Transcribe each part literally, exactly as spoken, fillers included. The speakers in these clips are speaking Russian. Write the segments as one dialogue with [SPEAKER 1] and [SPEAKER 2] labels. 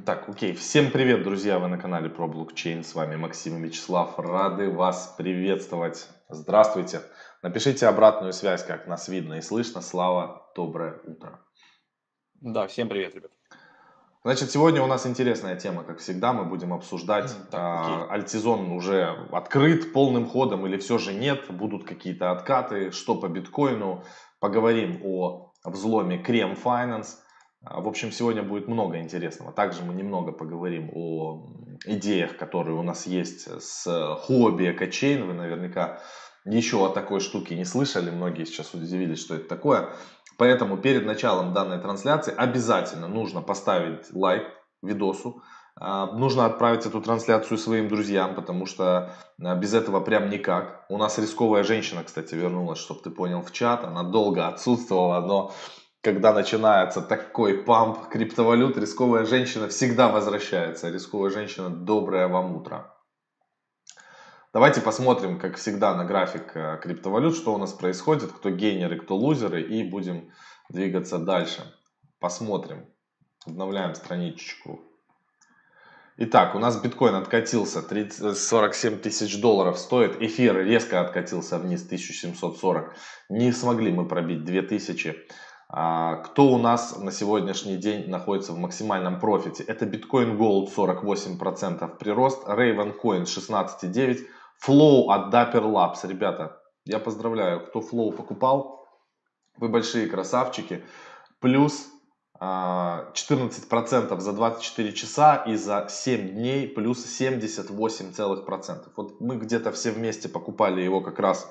[SPEAKER 1] Так, окей. Всем привет, друзья! Вы на канале про блокчейн. С вами Максим и Вячеслав. Рады вас приветствовать. Здравствуйте. Напишите обратную связь, как нас видно и слышно. Слава, доброе утро.
[SPEAKER 2] Да, всем привет, ребят.
[SPEAKER 1] Значит, сегодня у нас интересная тема, как всегда. Мы будем обсуждать,
[SPEAKER 2] Так, окей.
[SPEAKER 1] а, альтсезон уже открыт полным ходом или все же нет. Будут какие-то откаты, что по биткоину. Поговорим о взломе Крем Finance. А, В общем, сегодня будет много интересного. Также мы немного поговорим о идеях, которые у нас есть с хобби экочейн. Вы наверняка еще о такой штуке не слышали. Многие сейчас удивились, что это такое. Поэтому перед началом данной трансляции обязательно нужно поставить лайк видосу. А, Нужно отправить эту трансляцию своим друзьям, потому что а, без этого прям никак. У нас рисковая женщина, кстати, вернулась, чтобы ты понял, в чат. Она долго отсутствовала, но когда начинается такой памп криптовалют, рисковая женщина всегда возвращается. Рисковая женщина, доброе вам утро. Давайте посмотрим, как всегда, на график э, криптовалют, что у нас происходит, кто гейнеры, кто лузеры, и будем двигаться дальше. Посмотрим. Обновляем страничку. Итак, у нас биткоин откатился, тридцать, сорок семь тысяч долларов стоит. Эфир резко откатился вниз, тысяча семьсот сорок. Не смогли мы пробить две тысячи. А, Кто у нас на сегодняшний день находится в максимальном профите? Это Bitcoin Gold сорок восемь процентов прирост, Raven Coin шестнадцать целых девять десятых, Flow от Dapper Labs. Ребята, я поздравляю, кто Flow покупал, вы большие красавчики. Плюс а, четырнадцать процентов за двадцать четыре часа и за семь дней плюс семьдесят восемь целых процентов. Вот мы где-то все вместе покупали его как раз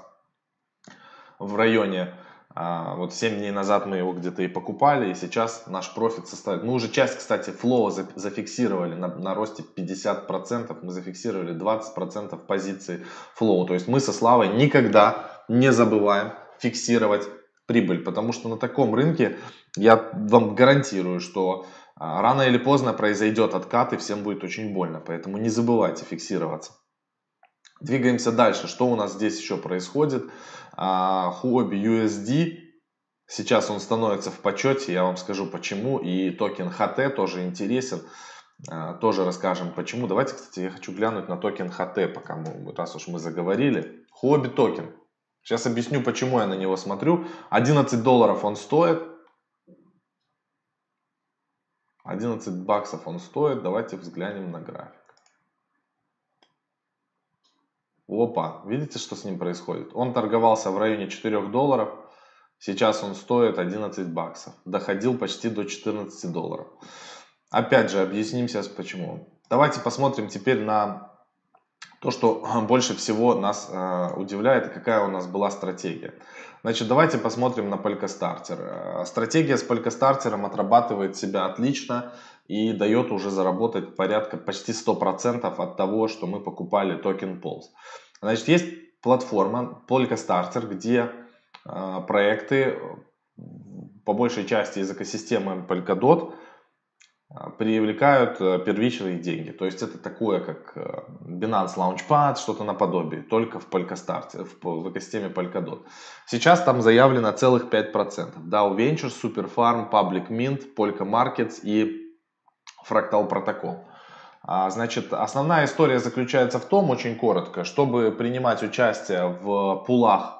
[SPEAKER 1] в районе, а, вот семь дней назад мы его где-то и покупали, и сейчас наш профит составит, мы уже часть, кстати, флоу зафиксировали на, на росте пятьдесят процентов, мы зафиксировали двадцать процентов позиции флоу, то есть мы со Славой никогда не забываем фиксировать прибыль, потому что на таком рынке я вам гарантирую, что а, рано или поздно произойдет откат и всем будет очень больно, поэтому не забывайте фиксироваться. Двигаемся дальше. Что у нас здесь еще происходит? Huobi ю эс ди. Сейчас он становится в почете. Я вам скажу почему. И токен эйч ти тоже интересен. А, Тоже расскажем почему. Давайте, кстати, я хочу глянуть на токен эйч ти, пока мы, раз уж мы заговорили. Huobi токен. Сейчас объясню, почему я на него смотрю. одиннадцать долларов он стоит. одиннадцать баксов он стоит. Давайте взглянем на график. Опа, видите, что с ним происходит? Он торговался в районе четырёх долларов, сейчас он стоит одиннадцать баксов, доходил почти до четырнадцати долларов. Опять же, объясним сейчас почему. Давайте посмотрим теперь на то, что больше всего нас э, удивляет и какая у нас была стратегия. Значит, давайте посмотрим на Polkastarter. Стратегия с Polkastarter отрабатывает себя отлично и дает уже заработать порядка почти сто процентов от того, что мы покупали токен Pulse. Значит, есть платформа Polkastarter, где э, проекты по большей части из экосистемы Polkadot привлекают первичные деньги. То есть это такое, как Binance Launchpad, что-то наподобие, только в Polkastarter, в экосистеме Polkadot. Сейчас там заявлено целых пять процентов. дао Ventures, Superfarm, Public Mint, Polka Markets и Fractal Protocol. Значит, основная история заключается в том, очень коротко, чтобы принимать участие в пулах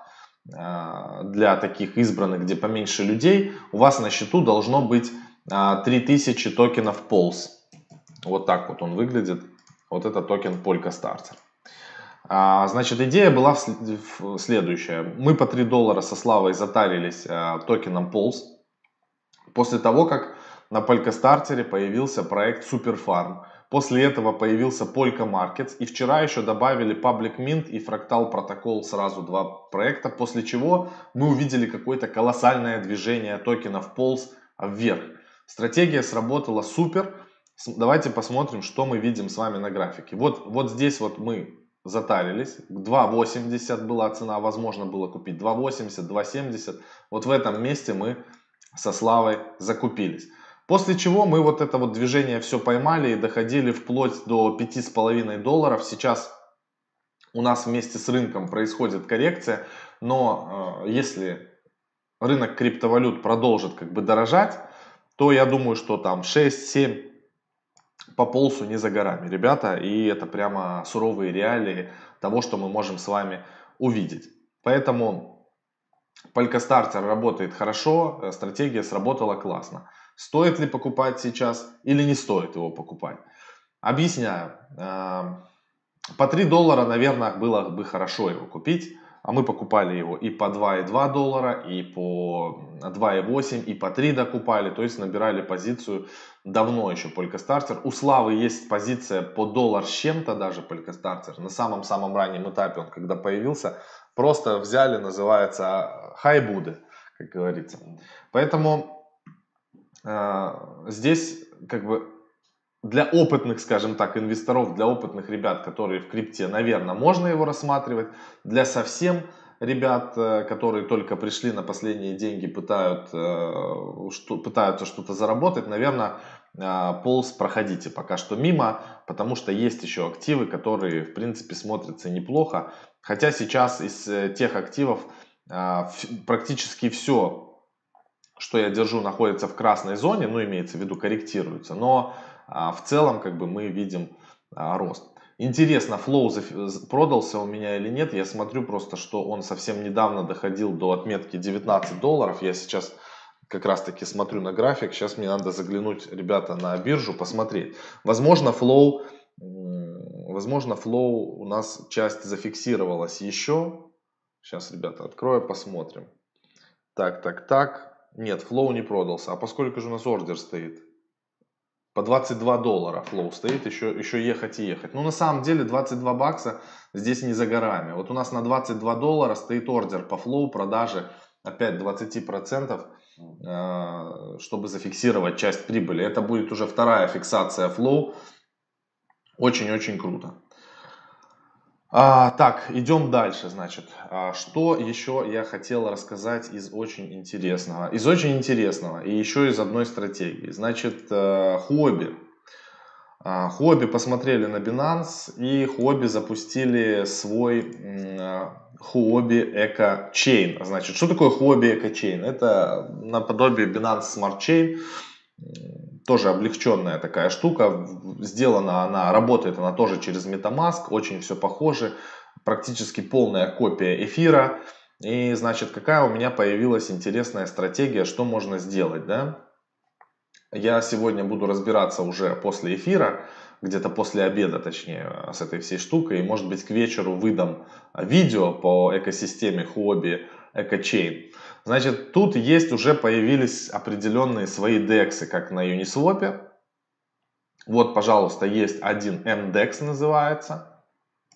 [SPEAKER 1] для таких избранных, где поменьше людей, у вас на счету должно быть три тысячи токенов Pulse. Вот так вот он выглядит. Вот это токен Polkastarter. Значит, идея была следующая. Мы по три доллара со Славой затарились токеном Pulse. После того, как на Polkastarter появился проект Superfarm. После этого появился Polka Markets. И вчера еще добавили Public Mint и Fractal Protocol, сразу два проекта. После чего мы увидели какое-то колоссальное движение токенов Pulse вверх. Стратегия сработала супер. Давайте посмотрим, что мы видим с вами на графике. Вот, вот здесь вот мы затарились. два восемьдесят была цена, возможно было купить два восемьдесят, два семьдесят. Вот в этом месте мы со Славой закупились. После чего мы вот это вот движение все поймали и доходили вплоть до пяти с половиной долларов. Сейчас у нас вместе с рынком происходит коррекция. Но э, если рынок криптовалют продолжит как бы дорожать, то я думаю, что там шесть, семь, по полсу не за горами, ребята, и это прямо суровые реалии того, что мы можем с вами увидеть. Поэтому Polkastarter работает хорошо, стратегия сработала классно. Стоит ли покупать сейчас или не стоит его покупать? Объясняю. По три доллара, наверное, было бы хорошо его купить. А мы покупали его и по два и два доллара, и по два и восемь, и по три докупали. То есть набирали позицию давно еще Polkastarter. У Славы есть позиция по доллар с чем-то даже Polkastarter. На самом-самом раннем этапе он когда появился, просто взяли, называется хайбуды, как говорится. Поэтому э, здесь как бы для опытных, скажем так, инвесторов, для опытных ребят, которые в крипте, наверное, можно его рассматривать. Для совсем ребят, которые только пришли на последние деньги, пытают, что, пытаются что-то заработать, наверное, полз проходите пока что мимо, потому что есть еще активы, которые, в принципе, смотрятся неплохо. Хотя сейчас из тех активов практически все, что я держу, находится в красной зоне, ну, имеется в виду, корректируется, но в целом, как бы, мы видим а, рост. Интересно, флоу продался у меня или нет. Я смотрю просто, что он совсем недавно доходил до отметки девятнадцать долларов. Я сейчас как раз таки смотрю на график. Сейчас мне надо заглянуть, ребята, на биржу, посмотреть. Возможно, флоу, возможно, флоу у нас часть зафиксировалась еще. Сейчас, ребята, открою, посмотрим. Так, так, так. Нет, флоу не продался. А поскольку же у нас ордер стоит? По двадцать два доллара флоу стоит, еще, еще ехать и ехать. Ну, на самом деле, двадцать два бакса здесь не за горами. Вот у нас на двадцать два доллара стоит ордер по флоу продажи опять двадцать процентов, чтобы зафиксировать часть прибыли. Это будет уже вторая фиксация флоу. Очень-очень круто. А, так, идем дальше, значит. А, что еще я хотел рассказать из очень интересного? Из очень интересного и еще из одной стратегии. Значит, Huobi. Huobi посмотрели на Binance, и Huobi запустили свой Huobi Eco Chain. Значит, что такое Huobi Eco Chain? Это наподобие Binance Smart Chain. Тоже облегченная такая штука, сделана она, работает она тоже через MetaMask, очень все похоже, практически полная копия эфира. И значит, какая у меня появилась интересная стратегия, что можно сделать, да? Я сегодня буду разбираться уже после эфира, где-то после обеда, точнее, с этой всей штукой, и может быть к вечеру выдам видео по экосистеме Huobi Eco Chain. Значит, тут есть уже появились определенные свои дексы, как на Uniswap. Вот, пожалуйста, есть один эм декс называется.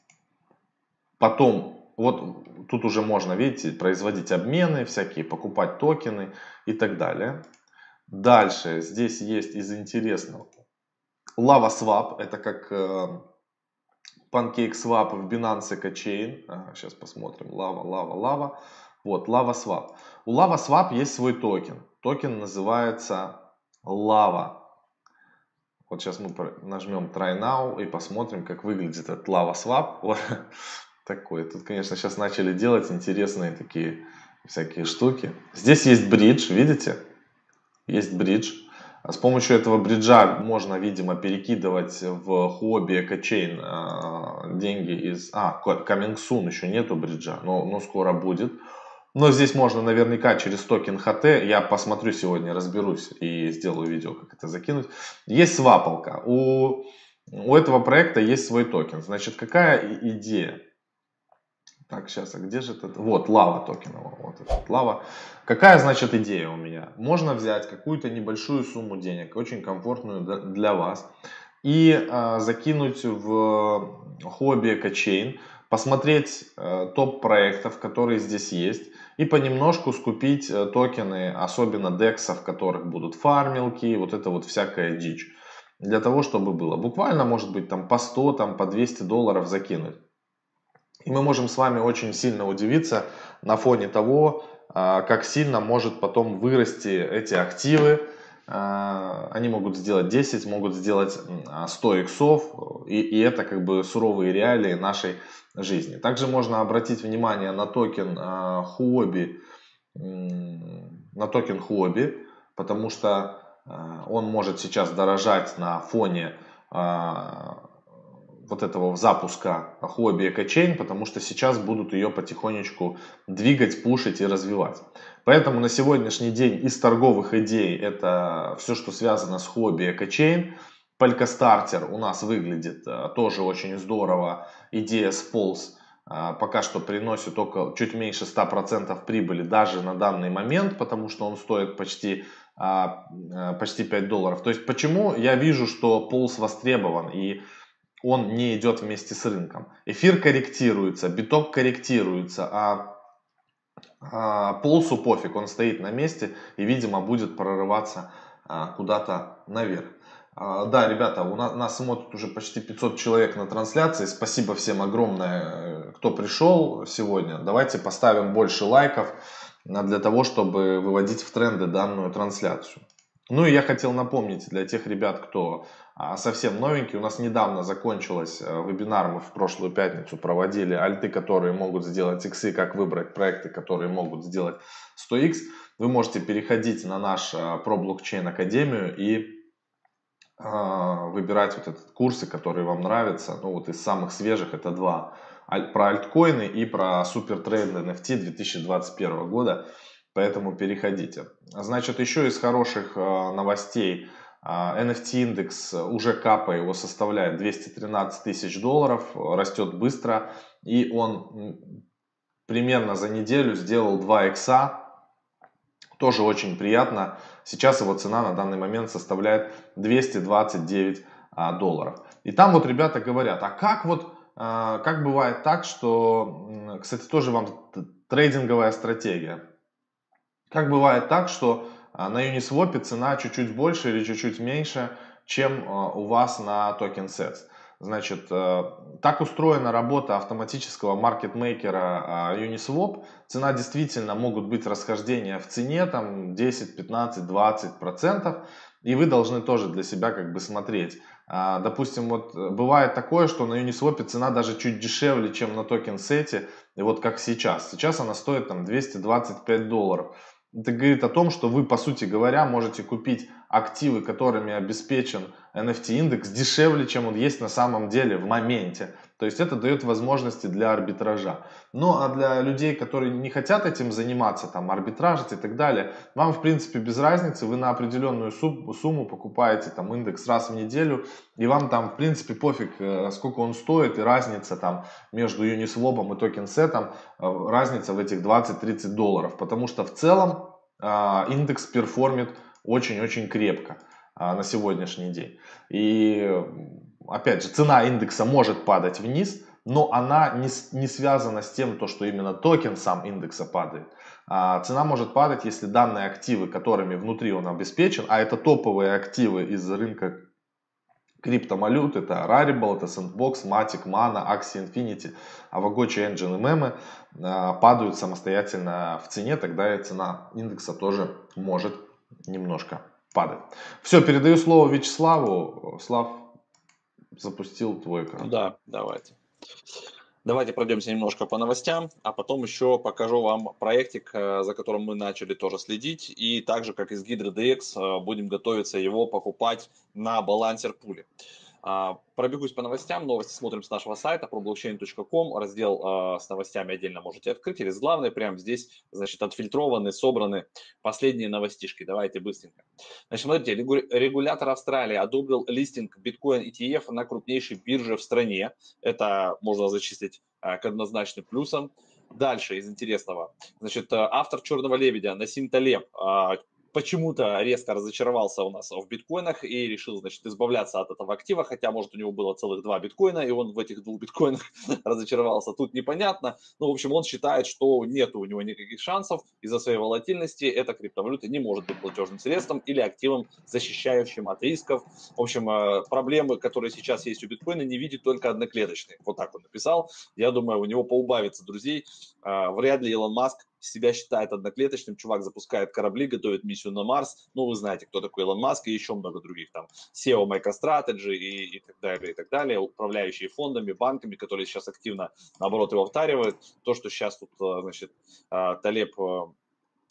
[SPEAKER 1] Потом, вот тут уже можно, видите, производить обмены всякие, покупать токены и так далее. Дальше, здесь есть из интересного LavaSwap, это как PancakeSwap в Binance Eco Chain. Ага, сейчас посмотрим, Lava, Lava, Lava. Вот, LavaSwap. У LavaSwap есть свой токен. Токен называется Lava. Вот сейчас мы нажмем Try Now и посмотрим, как выглядит этот LavaSwap. Вот такой. Тут, конечно, сейчас начали делать интересные такие всякие штуки. Здесь есть бридж, видите? Есть бридж. С помощью этого бриджа можно, видимо, перекидывать в Huobi Eco Chain деньги из... А, Coming Soon еще нету бриджа, но, но скоро будет. Но здесь можно наверняка через токен эйч ти, я посмотрю сегодня, разберусь и сделаю видео, как это закинуть. Есть свапалка. У, у этого проекта есть свой токен. Значит, какая идея? Так, сейчас, а где же этот? Вот, лава токеновая. Вот этот лава. Какая, значит, идея у меня? Можно взять какую-то небольшую сумму денег, очень комфортную для вас, и э, закинуть в Huobi Eco Chain, посмотреть э, топ проектов, которые здесь есть, и понемножку скупить э, токены, особенно дексов, в которых будут фармилки, вот это вот всякая дичь. Для того, чтобы было. Буквально, может быть, там по сто, там по двести долларов закинуть. И мы можем с вами очень сильно удивиться на фоне того, как сильно может потом вырасти эти активы. Они могут сделать десять, могут сделать сто иксов, и, и это как бы суровые реалии нашей жизни. Также можно обратить внимание на токен Huobi, на токен Huobi, потому что он может сейчас дорожать на фоне вот этого запуска Huobi EcoChain, потому что сейчас будут ее потихонечку двигать, пушить и развивать. Поэтому на сегодняшний день из торговых идей это все, что связано с Huobi EcoChain. Polkastarter у нас выглядит тоже очень здорово. Идея с Pulse пока что приносит около, чуть меньше ста процентов прибыли даже на данный момент, потому что он стоит почти, почти пять долларов. То есть почему я вижу, что Pulse востребован и он не идет вместе с рынком. Эфир корректируется, биток корректируется, а, а Пулсу пофиг, он стоит на месте и, видимо, будет прорываться а, куда-то наверх. А, да, ребята, у нас, нас смотрит уже почти пятьсот человек на трансляции. Спасибо всем огромное, кто пришел сегодня. Давайте поставим больше лайков для того, чтобы выводить в тренды данную трансляцию. Ну и я хотел напомнить для тех ребят, кто совсем новенький, у нас недавно закончилась вебинар, мы в прошлую пятницу проводили альты, которые могут сделать иксы, как выбрать проекты, которые могут сделать сто икс. Вы можете переходить на наш ProBlockchain Академию и выбирать вот этот курсы, которые вам нравятся. Ну вот из самых свежих это два. Про альткоины и про супертрейд эн эф ти две тысячи двадцать первого года. Поэтому переходите. Значит, еще из хороших новостей. эн эф ти индекс уже капа его составляет двести тринадцать тысяч долларов, растет быстро, и он примерно за неделю сделал два икса, тоже очень приятно. Сейчас его цена на данный момент составляет двести двадцать девять долларов. И там вот ребята говорят, а как вот, как бывает так, что, кстати, тоже вам трейдинговая стратегия. Как бывает так, что на Uniswap цена чуть-чуть больше или чуть-чуть меньше, чем у вас на TokenSets. Значит, так устроена работа автоматического маркетмейкера Uniswap. Цена действительно могут быть расхождения в цене, там десять, пятнадцать, двадцать процентов. И вы должны тоже для себя как бы смотреть. Допустим, вот бывает такое, что на Uniswap цена даже чуть дешевле, чем на TokenSet. И вот как сейчас. Сейчас она стоит там двести двадцать пять долларов. Это говорит о том, что вы, по сути говоря, можете купить активы, которыми обеспечен эн эф ти индекс, дешевле, чем он есть на самом деле в моменте. То есть это дает возможности для арбитража. Ну а для людей, которые не хотят этим заниматься, там арбитражить и так далее, вам в принципе без разницы, вы на определенную сумму покупаете там индекс раз в неделю, и вам там в принципе пофиг, сколько он стоит, и разница там между Uniswap и TokenSet, разница в этих двадцать-тридцать долларов, потому что в целом индекс перформит очень-очень крепко на сегодняшний день. И опять же, цена индекса может падать вниз, но она не, не связана с тем, то, что именно токен сам индекса падает. А цена может падать, если данные активы, которыми внутри он обеспечен, а это топовые активы из рынка криптовалют, это Rarible, это Sandbox, Matic, Mana, Axie Infinity, Avagochi Engine и Meme, падают самостоятельно в цене, тогда и цена индекса тоже может немножко падать. Все, передаю слово Вячеславу. Слав, запустил твой экран.
[SPEAKER 2] Да, давайте. Давайте пройдемся немножко по новостям, а потом еще покажу вам проектик, за которым мы начали тоже следить. И также, как и с Hydra ди экс, будем готовиться его покупать на балансер пуле. Пробегусь по новостям. Новости смотрим с нашего сайта проблокчейн точка ком. Раздел э, с новостями отдельно можете открыть. Или с главной. Прямо здесь, значит, отфильтрованы, собраны последние новостишки. Давайте быстренько. Значит, смотрите, регулятор Австралии одобрил листинг биткоин и ти эф на крупнейшей бирже в стране. Это можно зачислить э, к однозначным плюсам. Дальше из интересного. Значит, автор «Черного лебедя» Насим Талеб э, почему-то резко разочаровался у нас в биткоинах и решил, значит, избавляться от этого актива, хотя, может, у него было целых два биткоина, и он в этих двух биткоинах разочаровался. Тут непонятно. Ну, в общем, он считает, что нет у него никаких шансов из-за своей волатильности. Эта криптовалюта не может быть платежным средством или активом, защищающим от рисков. В общем, проблемы, которые сейчас есть у биткоина, не видит только одноклеточные. Вот так он написал. Я думаю, у него поубавится друзей. Вряд ли Илон Маск себя считает одноклеточным, чувак запускает корабли, готовит миссию на Марс, ну вы знаете, кто такой Илон Маск и еще много других, там, си и о MicroStrategy и, и так далее, и так далее, управляющие фондами, банками, которые сейчас активно, наоборот, его втаривают. То, что сейчас тут, значит, Талеб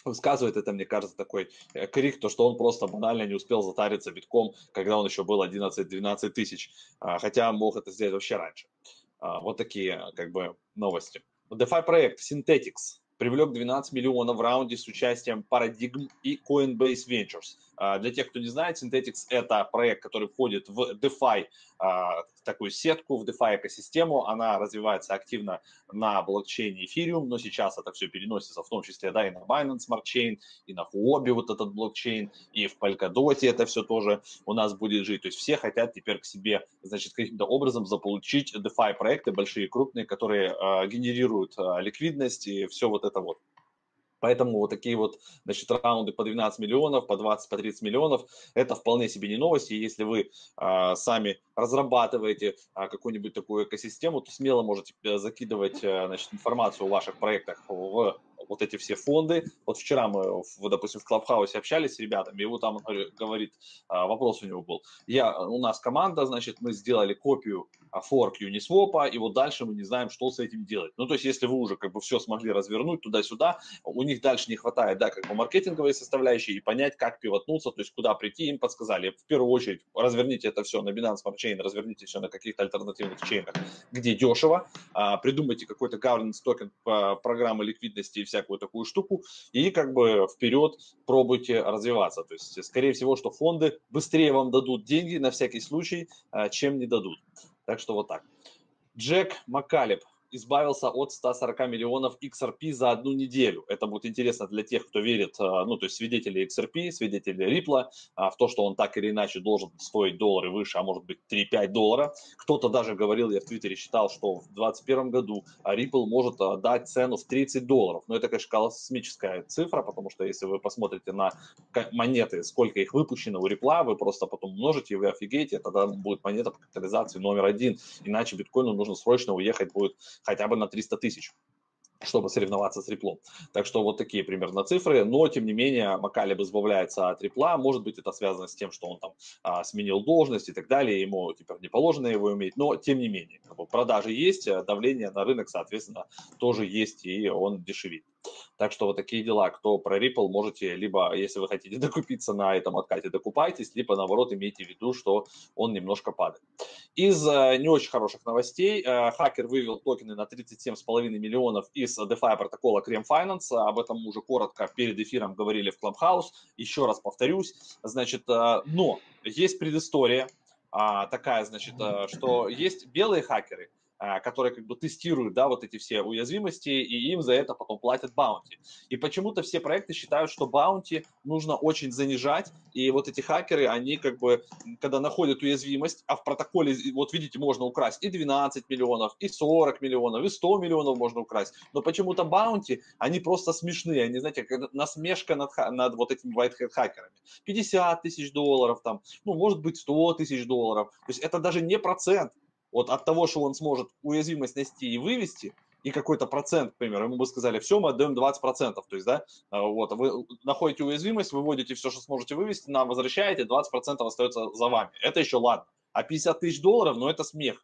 [SPEAKER 2] высказывает, это, мне кажется, такой э, крик, то, что он просто банально не успел затариться битком, когда он еще был одиннадцать-двенадцать тысяч, а, хотя мог это сделать вообще раньше. А, Вот такие как бы новости. DeFi проект Synthetix привлек двенадцать миллионов в раунде с участием Paradigm и Coinbase Ventures. А, Для тех, кто не знает, Synthetix – это проект, который входит в DeFi, а, такую сетку, в DeFi экосистему. Она развивается активно на блокчейне Ethereum, но сейчас это все переносится в том числе, да, и на Binance Smart Chain, и на Huobi вот этот блокчейн, и в Polkadot это все тоже у нас будет жить. То есть все хотят теперь к себе, значит, каким-то образом заполучить DeFi проекты большие, крупные, которые э, генерируют э, ликвидность и все вот это вот. Поэтому вот такие вот, значит, раунды по двенадцать миллионов, по двадцать, по тридцать миллионов, это вполне себе не новости. Если вы а, сами разрабатываете а, какую-нибудь такую экосистему, то смело можете закидывать, а, значит, информацию о ваших проектах в вот эти все фонды. Вот вчера мы, в, допустим, в Клабхаусе общались с ребятами, и вот там говорит, а, вопрос у него был. Я, у нас команда, значит, мы сделали копию форк Uniswap, и вот дальше мы не знаем, что с этим делать. Ну, то есть, если вы уже как бы все смогли развернуть туда-сюда, у них дальше не хватает, да, как бы маркетинговой составляющей и понять, как пивотнуться, то есть куда прийти, им подсказали. В первую очередь, разверните это все на Binance Smart Chain, разверните все на каких-то альтернативных чейнах, где дешево, а, придумайте какой-то governance токен, программы ликвидности и всякую такую штуку, и как бы вперед пробуйте развиваться. То есть, скорее всего, что фонды быстрее вам дадут деньги на всякий случай, а, чем не дадут. Так что вот так. Джек Маккалеб избавился от ста сорока миллионов икс ар пи за одну неделю. Это будет интересно для тех, кто верит, ну, то есть свидетели икс ар пи, свидетели Ripple, в то, что он так или иначе должен стоить доллары выше, а может быть три-пять долларов. Кто-то даже говорил, я в Твиттере считал, что в двадцать первом году Ripple может дать цену в тридцать долларов. Но это, конечно, космическая цифра, потому что если вы посмотрите на монеты, сколько их выпущено у Ripple, вы просто потом умножите, и вы офигеете, тогда будет монета по капитализации номер один. Иначе биткоину нужно срочно уехать будет хотя бы на триста тысяч, чтобы соревноваться с Риплом. Так что вот такие примерно цифры, но тем не менее Маккалеб избавляется от Рипла, может быть это связано с тем, что он там а, сменил должность и так далее, ему теперь не положено его иметь, но тем не менее, как бы, продажи есть, давление на рынок, соответственно, тоже есть и он дешевеет. Так что вот такие дела. Кто про Ripple, можете либо, если вы хотите докупиться на этом откате, докупайтесь, либо наоборот имейте в виду, что он немножко падает. Из э, не очень хороших новостей, э, хакер вывел токены на тридцать семь с половиной миллионов из DeFi протокола Cream Finance. Об этом мы уже коротко перед эфиром говорили в Clubhouse. Еще раз повторюсь. Значит, э, но есть предыстория э, такая, значит, э, что есть белые хакеры, которые как бы тестируют, да, вот эти все уязвимости, и им за это потом платят баунти. И почему-то все проекты считают, что баунти нужно очень занижать, и вот эти хакеры, они как бы, когда находят уязвимость, а в протоколе, вот видите, можно украсть и двенадцать миллионов, и сорок миллионов, и сто миллионов можно украсть, но почему-то баунти, они просто смешные, они, знаете, как насмешка над, над вот этими white hat хакерами. пятьдесят тысяч долларов, там, ну, может быть, сто тысяч долларов, то есть это даже не процент. Вот от того, что он сможет уязвимость нести и вывести, и какой-то процент, к примеру, ему бы сказали, все, мы отдаем двадцать процентов. То есть, да, вот, вы находите уязвимость, выводите все, что сможете вывести, нам возвращаете, двадцать процентов остается за вами. Это еще ладно. А пятьдесят тысяч долларов, ну это смех.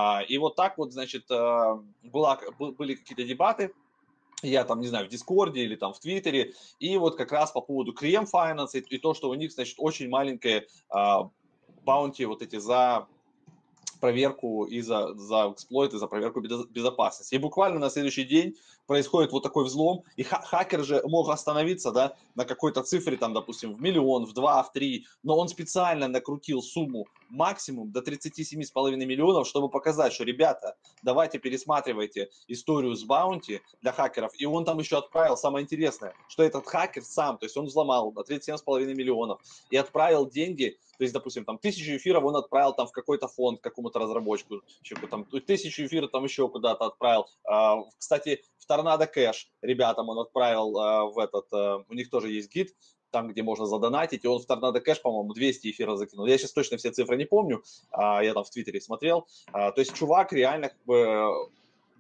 [SPEAKER 2] И вот так вот, значит, была, были какие-то дебаты, я там, не знаю, в Дискорде или там в Твиттере, и вот как раз по поводу Cream Finance и, и то, что у них, значит, очень маленькие баунти вот эти за проверку и за, за эксплойт, и за проверку безопасности. И буквально на следующий день происходит вот такой взлом, и ха- хакер же мог остановиться, да, на какой-то цифре, там, допустим, в миллион, в два, в три, но он специально накрутил сумму максимум до тридцать семь с половиной миллионов, чтобы показать, что, ребята, давайте пересматривайте историю с баунти для хакеров. И он там еще отправил, самое интересное, что этот хакер сам, то есть он взломал на тридцать семь с половиной миллионов и отправил деньги, то есть, допустим, там тысячу эфиров он отправил там в какой-то фонд, какому-то разработчику, там, тысячу эфиров там еще куда-то отправил. Кстати, в Tornado Cash ребятам он отправил в этот, у них тоже есть гид, там, где можно задонатить, и он в Tornado Cash, по-моему, двести эфиров закинул. Я сейчас точно все цифры не помню, я там в Твиттере смотрел. То есть чувак реально как бы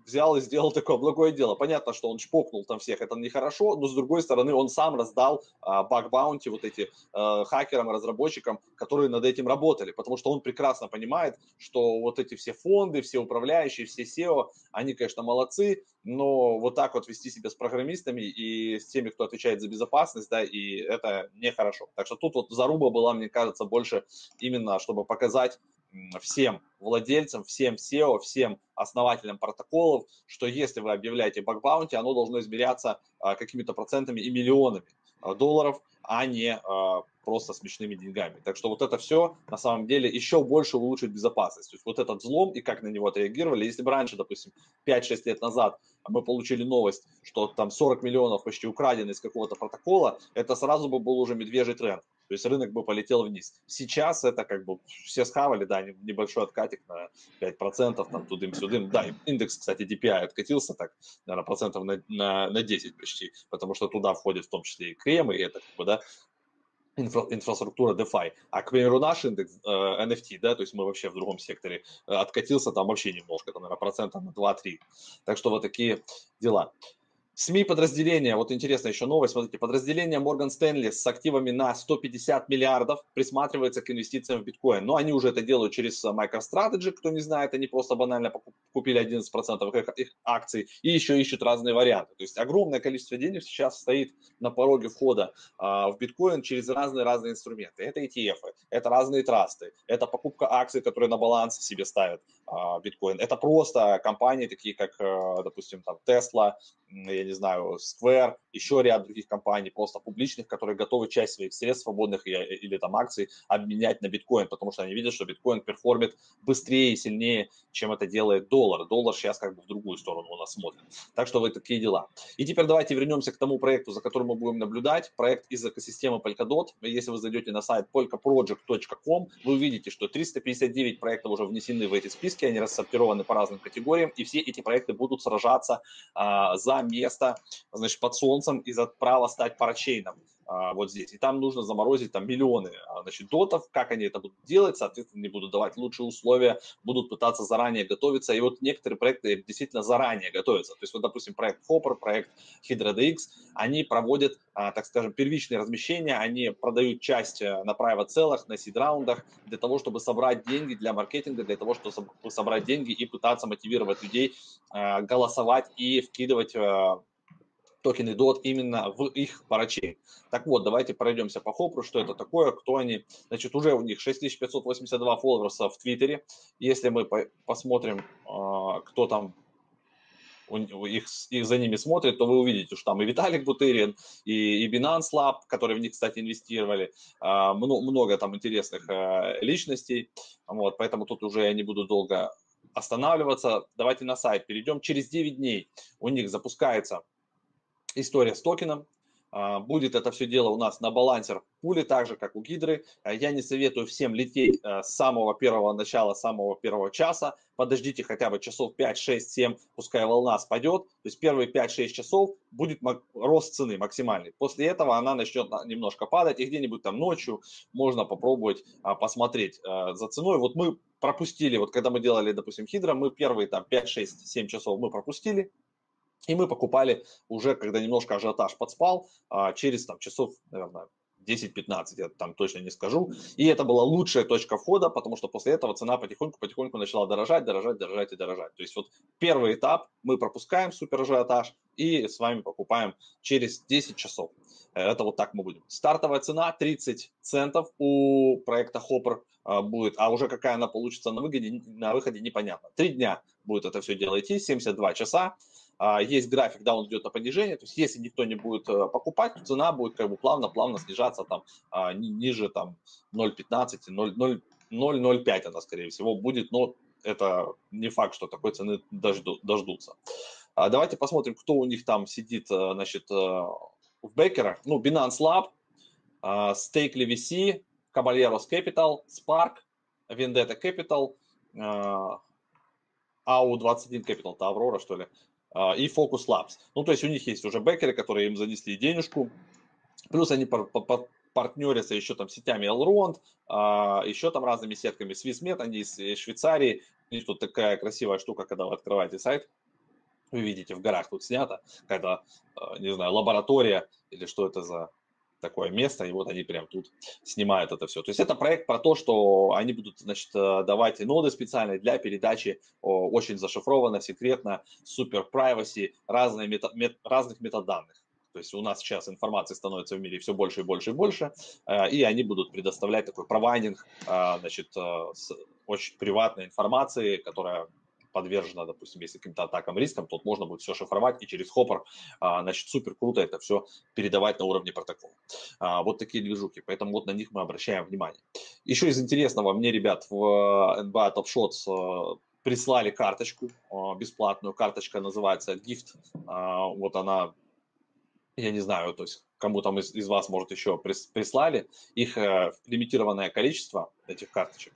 [SPEAKER 2] взял и сделал такое благое дело. Понятно, что он чпокнул там всех, это нехорошо, но с другой стороны он сам раздал баг-баунти вот эти э, хакерам и разработчикам, которые над этим работали, потому что он прекрасно понимает, что вот эти все фонды, все управляющие, все сео, они, конечно, молодцы, но вот так вот вести себя с программистами и с теми, кто отвечает за безопасность, да, и это нехорошо. Так что тут вот заруба была, мне кажется, больше именно, чтобы показать всем владельцам, всем сео, всем основателям протоколов, что если вы объявляете баг-баунти, оно должно измеряться а, какими-то процентами и миллионами а, долларов, а не а, просто смешными деньгами. Так что вот это все на самом деле еще больше улучшит безопасность. То есть вот этот взлом и как на него отреагировали. Если бы раньше, допустим, пять-шесть лет назад мы получили новость, что там сорок миллионов почти украдены из какого-то протокола, это сразу бы был уже медвежий тренд. То есть рынок бы полетел вниз. Сейчас это как бы все схавали, да, небольшой откатик на пять процентов, там тудым-сюдым. Да, индекс, кстати, ди пи ай откатился так, наверное, процентов на, на, на десять почти, потому что туда входит в том числе и крем, и это как бы, да, инфра, инфраструктура DeFi. А, к примеру, наш индекс э, эн эф ти, да, то есть мы вообще в другом секторе, э, откатился там вообще немножко, там, наверное, процентов на два-три. Так что вот такие дела. СМИ подразделения, вот интересная еще новость, смотрите, подразделение Morgan Stanley с активами на сто пятьдесят миллиардов присматривается к инвестициям в биткоин. Но они уже это делают через MicroStrategy, кто не знает, они просто банально купили одиннадцать процентов их акций и еще ищут разные варианты. То есть огромное количество денег сейчас стоит на пороге входа а, в биткоин через разные-разные инструменты. Это и ти эф, это разные трасты, это покупка акций, которые на баланс себе ставят а, биткоин. Это просто компании, такие как, а, допустим, там Tesla, я не знаю, Square, еще ряд других компаний, просто публичных, которые готовы часть своих средств свободных или, или там акций обменять на биткоин, потому что они видят, что биткоин перформит быстрее и сильнее, чем это делает доллар. Доллар сейчас как бы в другую сторону у нас смотрит. Так что вот такие дела. И теперь давайте вернемся к тому проекту, за которым мы будем наблюдать. Проект из экосистемы Polkadot. Если вы зайдете на сайт polkaproject точка ком, вы увидите, что триста пятьдесят девять проектов уже внесены в эти списки, они рассортированы по разным категориям, и все эти проекты будут сражаться а, за место, значит, под солнцем и за право стать парачейном а, вот здесь. И там нужно заморозить там миллионы, значит, дотов. Как они это будут делать? Соответственно, они будут давать лучшие условия, будут пытаться заранее готовиться. И вот некоторые проекты действительно заранее готовятся. То есть, вот, допустим, проект Hopper, проект HydraDX, они проводят, а, так скажем, первичные размещения, они продают часть на private целых, на seed-раундах для того, чтобы собрать деньги для маркетинга, для того, чтобы собрать деньги и пытаться мотивировать людей а, голосовать и вкидывать а, токены дот именно в их парачейн. Так вот, давайте пройдемся по Хопру, что это такое, кто они. Значит, уже у них шесть тысяч пятьсот восемьдесят два фолловерса в Твиттере. Если мы по посмотрим, кто там их, их за ними смотрит, то вы увидите, что там и Виталик Бутерин, и, и Binance Lab, которые в них, кстати, инвестировали, много, много там интересных личностей, вот, поэтому тут уже я не буду долго останавливаться. Давайте на сайт перейдем. Через девять дней у них запускается история с токеном. Будет это все дело у нас на балансер пули, так же, как у Гидры. Я не советую всем лететь с самого первого начала, с самого первого часа. Подождите хотя бы часов пять, шесть, семь, пускай волна спадет. То есть первые пять-шесть часов будет рост цены максимальный. После этого она начнет немножко падать. И где-нибудь там ночью можно попробовать посмотреть за ценой. Вот мы пропустили, вот когда мы делали, допустим, Хидра, мы первые там пять, шесть, семь часов мы пропустили. И мы покупали уже, когда немножко ажиотаж подспал, через там, часов, наверное, десять-пятнадцать, я там точно не скажу. И это была лучшая точка входа, потому что после этого цена потихоньку-потихоньку начала дорожать, дорожать, дорожать и дорожать. То есть вот первый этап мы пропускаем супер ажиотаж и с вами покупаем через десять часов. Это вот так мы будем. Стартовая цена тридцать центов у проекта Hopper будет, а уже какая она получится на выходе, на выходе непонятно. Три дня будет это все дело идти, семьдесят два часа. Есть график, да, он идет на понижение, то есть если никто не будет покупать, то цена будет как бы плавно-плавно снижаться там ниже там ноль пятнадцать, ноль ноль пять она скорее всего будет, но это не факт, что такой цены дожду, дождутся. Давайте посмотрим, кто у них там сидит, значит, в бэкерах. Ну, Binance Lab, Stakely ви си, Caballeros Capital, Spark, Vendetta Capital, эй ю двадцать один Capital, это Аврора, что ли, и Focus Labs. Ну, то есть у них есть уже бэкеры, которые им занесли денежку. Плюс они партнерятся еще там сетями Elrond, еще там разными сетками. Swissmed, они из Швейцарии. У них тут такая красивая штука, когда вы открываете сайт. Вы видите, в горах тут снято, какая-то, э, не знаю, лаборатория или что это за такое место, и вот они прям тут снимают это все. То есть это проект про то, что они будут, значит, э, давать ноды специальные для передачи, о, очень зашифровано, секретно, супер privacy, разные мета, мет- разных метаданных. То есть у нас сейчас информации становится в мире все больше и больше и больше, э, и они будут предоставлять такой провайдинг, а, значит, э, с очень приватной информации, которая подвержена, допустим, если каким-то атакам, рискам, то можно будет все шифровать и через хоппер, а, значит, супер круто это все передавать на уровне протокола. А, вот такие движухи, поэтому вот на них мы обращаем внимание. Еще из интересного, мне, ребят, в эн би эй Top Shots э, прислали карточку, э, бесплатную, карточка называется Gift, А, вот она, я не знаю, то есть кому там из, из вас, может, еще прис- прислали, их э, лимитированное количество этих карточек,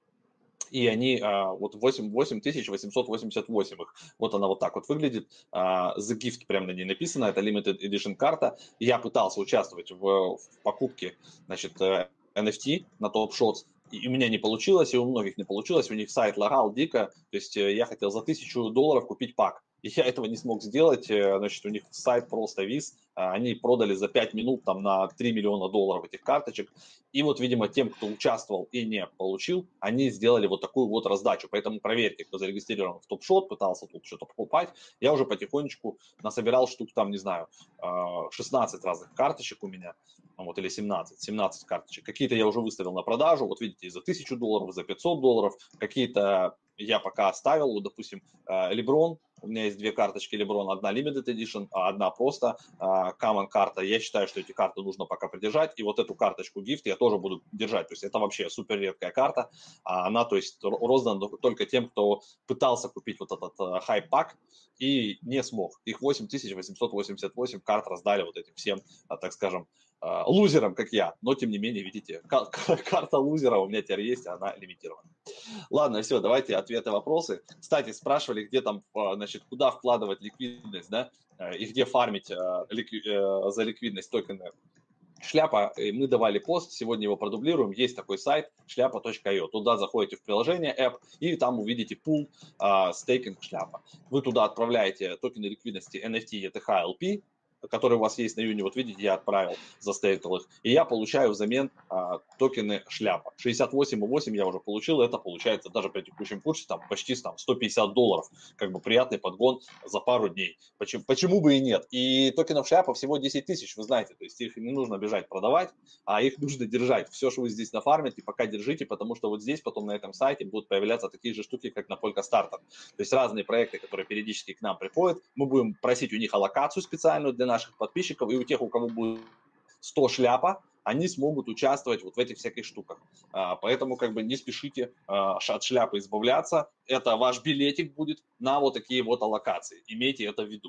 [SPEAKER 2] и они а, вот восемь тысяч восемьсот восемьдесят восемь их. Вот она вот так вот выглядит. А, The Gift прямо на ней написано. Это Limited Edition карта. И я пытался участвовать в, в покупке, значит, э, эн эф ти на Top Shots. И у меня не получилось, и у многих не получилось. У них сайт лагал дико. То есть э, я хотел за тысячу долларов купить пак. И я этого не смог сделать. Э, Значит, у них сайт просто вис. А, Они продали за пять минут там на три миллиона долларов этих карточек. И вот, видимо, тем, кто участвовал и не получил, они сделали вот такую вот раздачу. Поэтому проверьте, кто зарегистрирован в топ-шот, пытался тут что-то покупать. Я уже потихонечку насобирал штук там, не знаю, шестнадцать разных карточек у меня, вот, или семнадцать, семнадцать карточек. Какие-то я уже выставил на продажу, вот видите, за тысячу долларов, за пятьсот долларов. Какие-то я пока оставил, вот, допустим, Леброн, у меня есть две карточки Леброн, одна Limited Edition, а одна просто а, Common карта. Я считаю, что эти карты нужно пока придержать. И вот эту карточку Gift я тоже буду держать. То есть это вообще супер редкая карта. А она, то есть, роздана только тем, кто пытался купить вот этот uh, хайп-пак и не смог. Их восемь тысяч восемьсот восемьдесят восемь карт раздали вот этим всем, а, так скажем, лузерам, как я. Но, тем не менее, видите, карта лузера у меня теперь есть, она лимитирована. Ладно, все, давайте ответы, вопросы. Кстати, спрашивали, где там, значит, куда вкладывать ликвидность, да, и где фармить ликви... за ликвидность токены Шляпа, мы давали пост, сегодня его продублируем, есть такой сайт шляпа точка ай о, туда заходите в приложение App и там увидите пул стейкинг шляпа. Вы туда отправляете токены ликвидности эн эф ти и и ти эйч эл пи, которые у вас есть на июне, вот видите, я отправил, застейкал их, и я получаю взамен а, токены шляпа. шестьдесят восемь и восемь я уже получил, это получается даже при текущем курсе там почти там, сто пятьдесят долларов, как бы приятный подгон за пару дней. Почему, почему бы и нет? И токенов шляпа всего десять тысяч, вы знаете, то есть их не нужно бежать продавать, а их нужно держать. Все, что вы здесь нафармите, пока держите, потому что вот здесь потом на этом сайте будут появляться такие же штуки, как на Polkastarter. То есть разные проекты, которые периодически к нам приходят, мы будем просить у них аллокацию специальную для наших подписчиков, и у тех, у кого будет сто шляпа, они смогут участвовать вот в этих всяких штуках. А, поэтому как бы не спешите а, от шляпы избавляться. Это ваш билетик будет на вот такие вот аллокации. Имейте это в виду.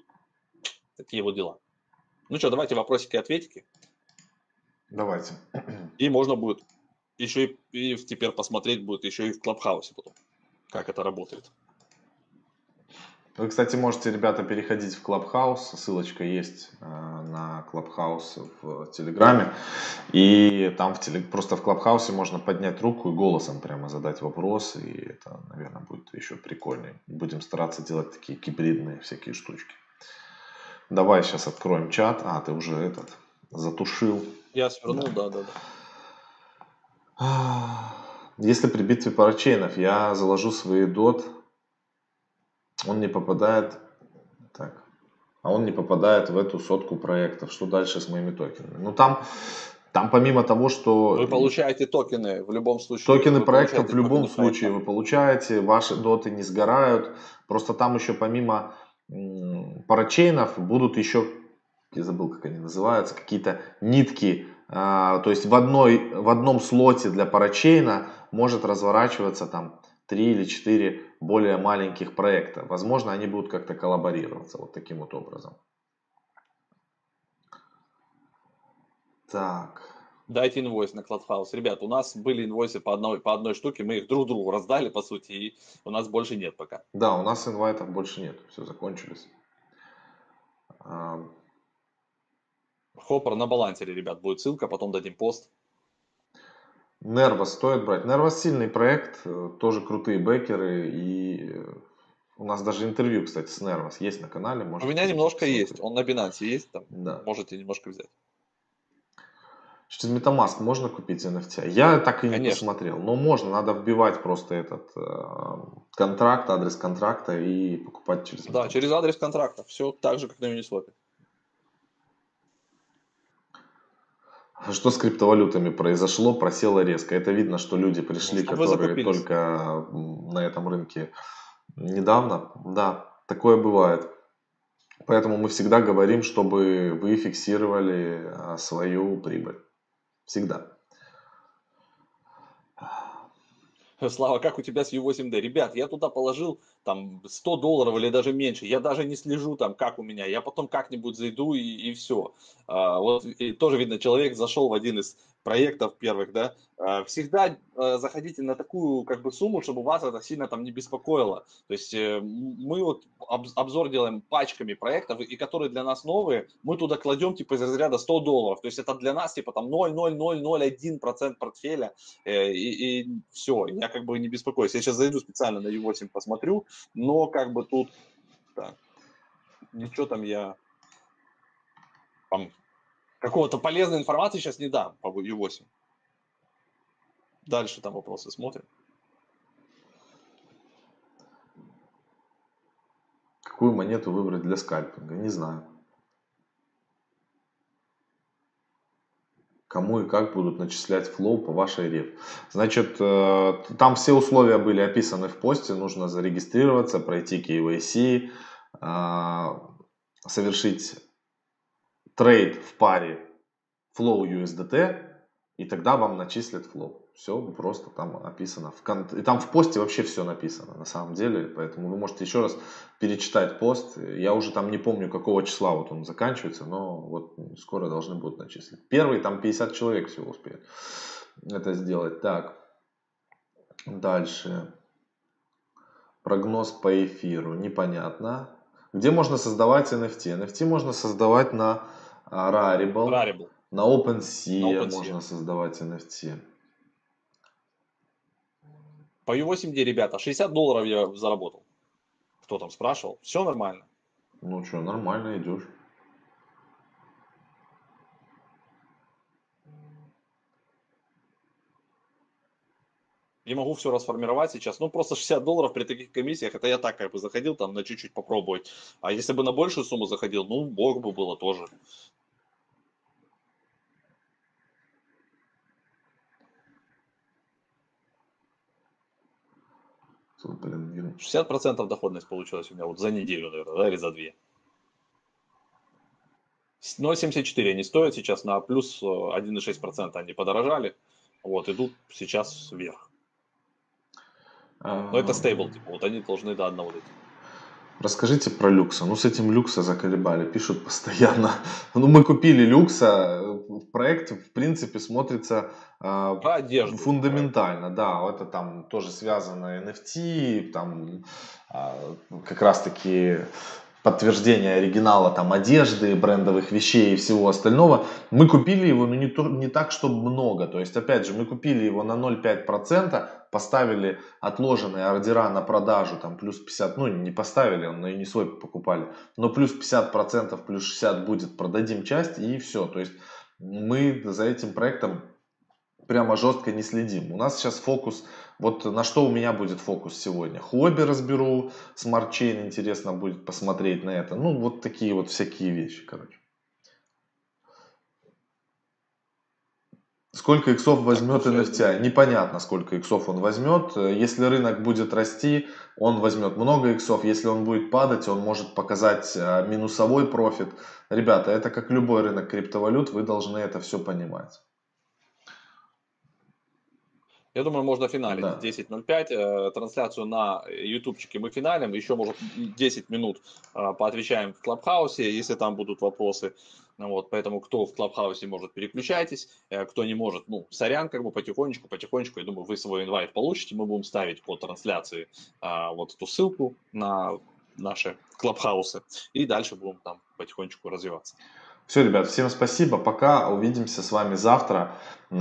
[SPEAKER 2] Такие вот дела. Ну что, давайте вопросики-ответики.
[SPEAKER 1] Давайте.
[SPEAKER 2] И можно будет еще и, и теперь посмотреть будет еще и в Клабхаусе потом, как это работает.
[SPEAKER 1] Вы, кстати, можете, ребята, переходить в Клабхаус. Ссылочка есть э, на Клабхаус в Телеграме. И там в телег... просто в Клабхаусе можно поднять руку и голосом прямо задать вопрос. И это, наверное, будет еще прикольнее. Будем стараться делать такие гибридные всякие штучки. Давай сейчас откроем чат. А, ты уже этот затушил.
[SPEAKER 2] Я свернул, да, да,
[SPEAKER 1] да. Если при битве парачейнов я заложу свои дот, он не попадает, так, а он не попадает в эту сотку проектов. Что дальше с моими токенами? Ну там, там помимо того, что
[SPEAKER 2] Вы получаете токены в любом случае.
[SPEAKER 1] токены
[SPEAKER 2] Вы
[SPEAKER 1] проектов в любом
[SPEAKER 2] токены
[SPEAKER 1] случае
[SPEAKER 2] проекта.
[SPEAKER 1] вы получаете, ваши доты не сгорают. Просто там еще помимо м, парачейнов будут еще, я забыл, как они называются, какие-то нитки. А, то есть в, одной, в одном слоте для парачейна может разворачиваться там три или четыре более маленьких проекта. Возможно, они будут как-то коллаборироваться вот таким вот образом. Так.
[SPEAKER 2] Дайте инвойс на Clubhouse. Ребят, у нас были инвойсы по одной, по одной штуке, мы их друг другу раздали, по сути, и у нас больше нет пока.
[SPEAKER 1] Да, у нас инвайтов больше нет, все закончились.
[SPEAKER 2] Хоппер на балансере, ребят, будет ссылка, потом дадим пост.
[SPEAKER 1] Nervos стоит брать. Nervos сильный проект, тоже крутые бэкеры и У нас даже интервью, кстати, с Нервос есть на канале,
[SPEAKER 2] У
[SPEAKER 1] можете
[SPEAKER 2] меня немножко
[SPEAKER 1] посмотреть.
[SPEAKER 2] есть, он на Binance есть, там
[SPEAKER 1] Да.
[SPEAKER 2] можете немножко взять.
[SPEAKER 1] Через MetaMask можно купить эн эф ти? Я так и не
[SPEAKER 2] Конечно.
[SPEAKER 1] посмотрел. Но можно, надо вбивать просто этот э, контракт, адрес контракта и покупать через
[SPEAKER 2] Да,
[SPEAKER 1] MetaMask.
[SPEAKER 2] через адрес контракта. Все так же, как на Uniswap.
[SPEAKER 1] Что с криптовалютами произошло? Просело резко. Это видно, что люди пришли,
[SPEAKER 2] Ну, чтобы вы
[SPEAKER 1] которые
[SPEAKER 2] закупились.
[SPEAKER 1] только на этом рынке недавно. Да, такое бывает. Поэтому мы всегда говорим, чтобы вы фиксировали а, свою прибыль. Всегда.
[SPEAKER 2] Слава, как у тебя с ю восемь дэ? Ребят, я туда положил там сто долларов или даже меньше. Я даже не слежу там, как у меня. Я потом как-нибудь зайду и, и все. А, вот и тоже видно, человек зашел в один из проектов первых, да. А, всегда а, заходите на такую как бы сумму, чтобы вас это сильно там не беспокоило. То есть э, мы вот об- обзор делаем пачками проектов, и которые для нас новые, мы туда кладем типа из разряда сто долларов. То есть это для нас типа там ноль целых ноль ноль один процент портфеля. Э, И, и все, я как бы не беспокоюсь. Я сейчас зайду специально на ю восемь посмотрю, но как бы тут так, ничего там я там, какого-то полезной информации сейчас не дам по ю восемь. Дальше там вопросы смотрим.
[SPEAKER 1] Какую монету выбрать для скальпинга? Не знаю. Кому и как будут начислять флоу по вашей реф. Значит, э, там все условия были описаны в посте. Нужно зарегистрироваться, пройти кей вай си, э, совершить трейд в паре Flow ю эс ди ти, и тогда вам начислят Flow. Все просто там описано. В кон... И там в посте вообще все написано на самом деле. Поэтому вы можете еще раз перечитать пост. Я уже там не помню, какого числа вот он заканчивается, но вот скоро должны будут начислить. Первый там пятьдесят человек всего успеют это сделать. Так, дальше. Прогноз по эфиру. Непонятно. Где можно создавать эн эф ти? эн эф ти можно создавать на а, Rarible.
[SPEAKER 2] Rarible.
[SPEAKER 1] На OpenSea,
[SPEAKER 2] На OpenSea.
[SPEAKER 1] можно создавать эн эф ти.
[SPEAKER 2] По ю восемь дэ, ребята, шестьдесят долларов я заработал. Кто там спрашивал? Все нормально.
[SPEAKER 1] Ну что, нормально идешь.
[SPEAKER 2] Я могу все расформировать сейчас. Ну, просто шестьдесят долларов при таких комиссиях, это я так как бы заходил там на чуть-чуть попробовать. А если бы на большую сумму заходил, ну, бог бы было тоже.
[SPEAKER 1] Тут, блин,
[SPEAKER 2] шестьдесят процентов доходность получилась у меня вот за неделю, наверное, да, или за две. ноль семьдесят четыре они стоят сейчас, на плюс один и шесть процента они подорожали. Вот, идут сейчас вверх. Но это стейбл, типа, вот они должны до одного дойти.
[SPEAKER 1] Расскажите про люкса. Ну, с этим люкса заколебали, пишут постоянно. Ну, мы купили люкса. Проект, в принципе, смотрится э,
[SPEAKER 2] Про одежду.
[SPEAKER 1] фундаментально. Да, это там тоже связано эн эф ти, там э, как раз-таки подтверждение оригинала там одежды, брендовых вещей и всего остального. Мы купили его, но не, то, не так, чтобы много. То есть, опять же, мы купили его на ноль целых пять десятых процента, поставили отложенные ордера на продажу, там плюс пятьдесят, ну не поставили, на Uniswap покупали, но плюс пятьдесят процентов, плюс шестьдесят будет, продадим часть и все. То есть, мы за этим проектом прямо жестко не следим. У нас сейчас фокус, вот на что у меня будет фокус сегодня. Хобби разберу, Smart Chain интересно будет посмотреть на это. Ну, вот такие вот всякие вещи, короче. Сколько иксов возьмет
[SPEAKER 2] Так, ну,
[SPEAKER 1] эн эф ти? Непонятно, сколько иксов он возьмет. Если рынок будет расти, он возьмет много иксов. Если он будет падать, он может показать минусовой профит. Ребята, это как любой рынок криптовалют, вы должны это все понимать.
[SPEAKER 2] Я думаю, можно финалить.
[SPEAKER 1] Да.
[SPEAKER 2] десять ноль пять. Э, трансляцию на ютубчике мы финалим. Еще, может, десять минут э, поотвечаем в Клабхаусе, если там будут вопросы. Ну, вот, поэтому кто в Клабхаусе может, переключайтесь. Э, кто не может, ну, сорян, как бы потихонечку, потихонечку. Я думаю, вы свой инвайт получите. Мы будем ставить по трансляции э, вот эту ссылку на наши Клабхаусы. И дальше будем там потихонечку развиваться.
[SPEAKER 1] Все, ребят, всем спасибо. Пока. Увидимся с вами завтра.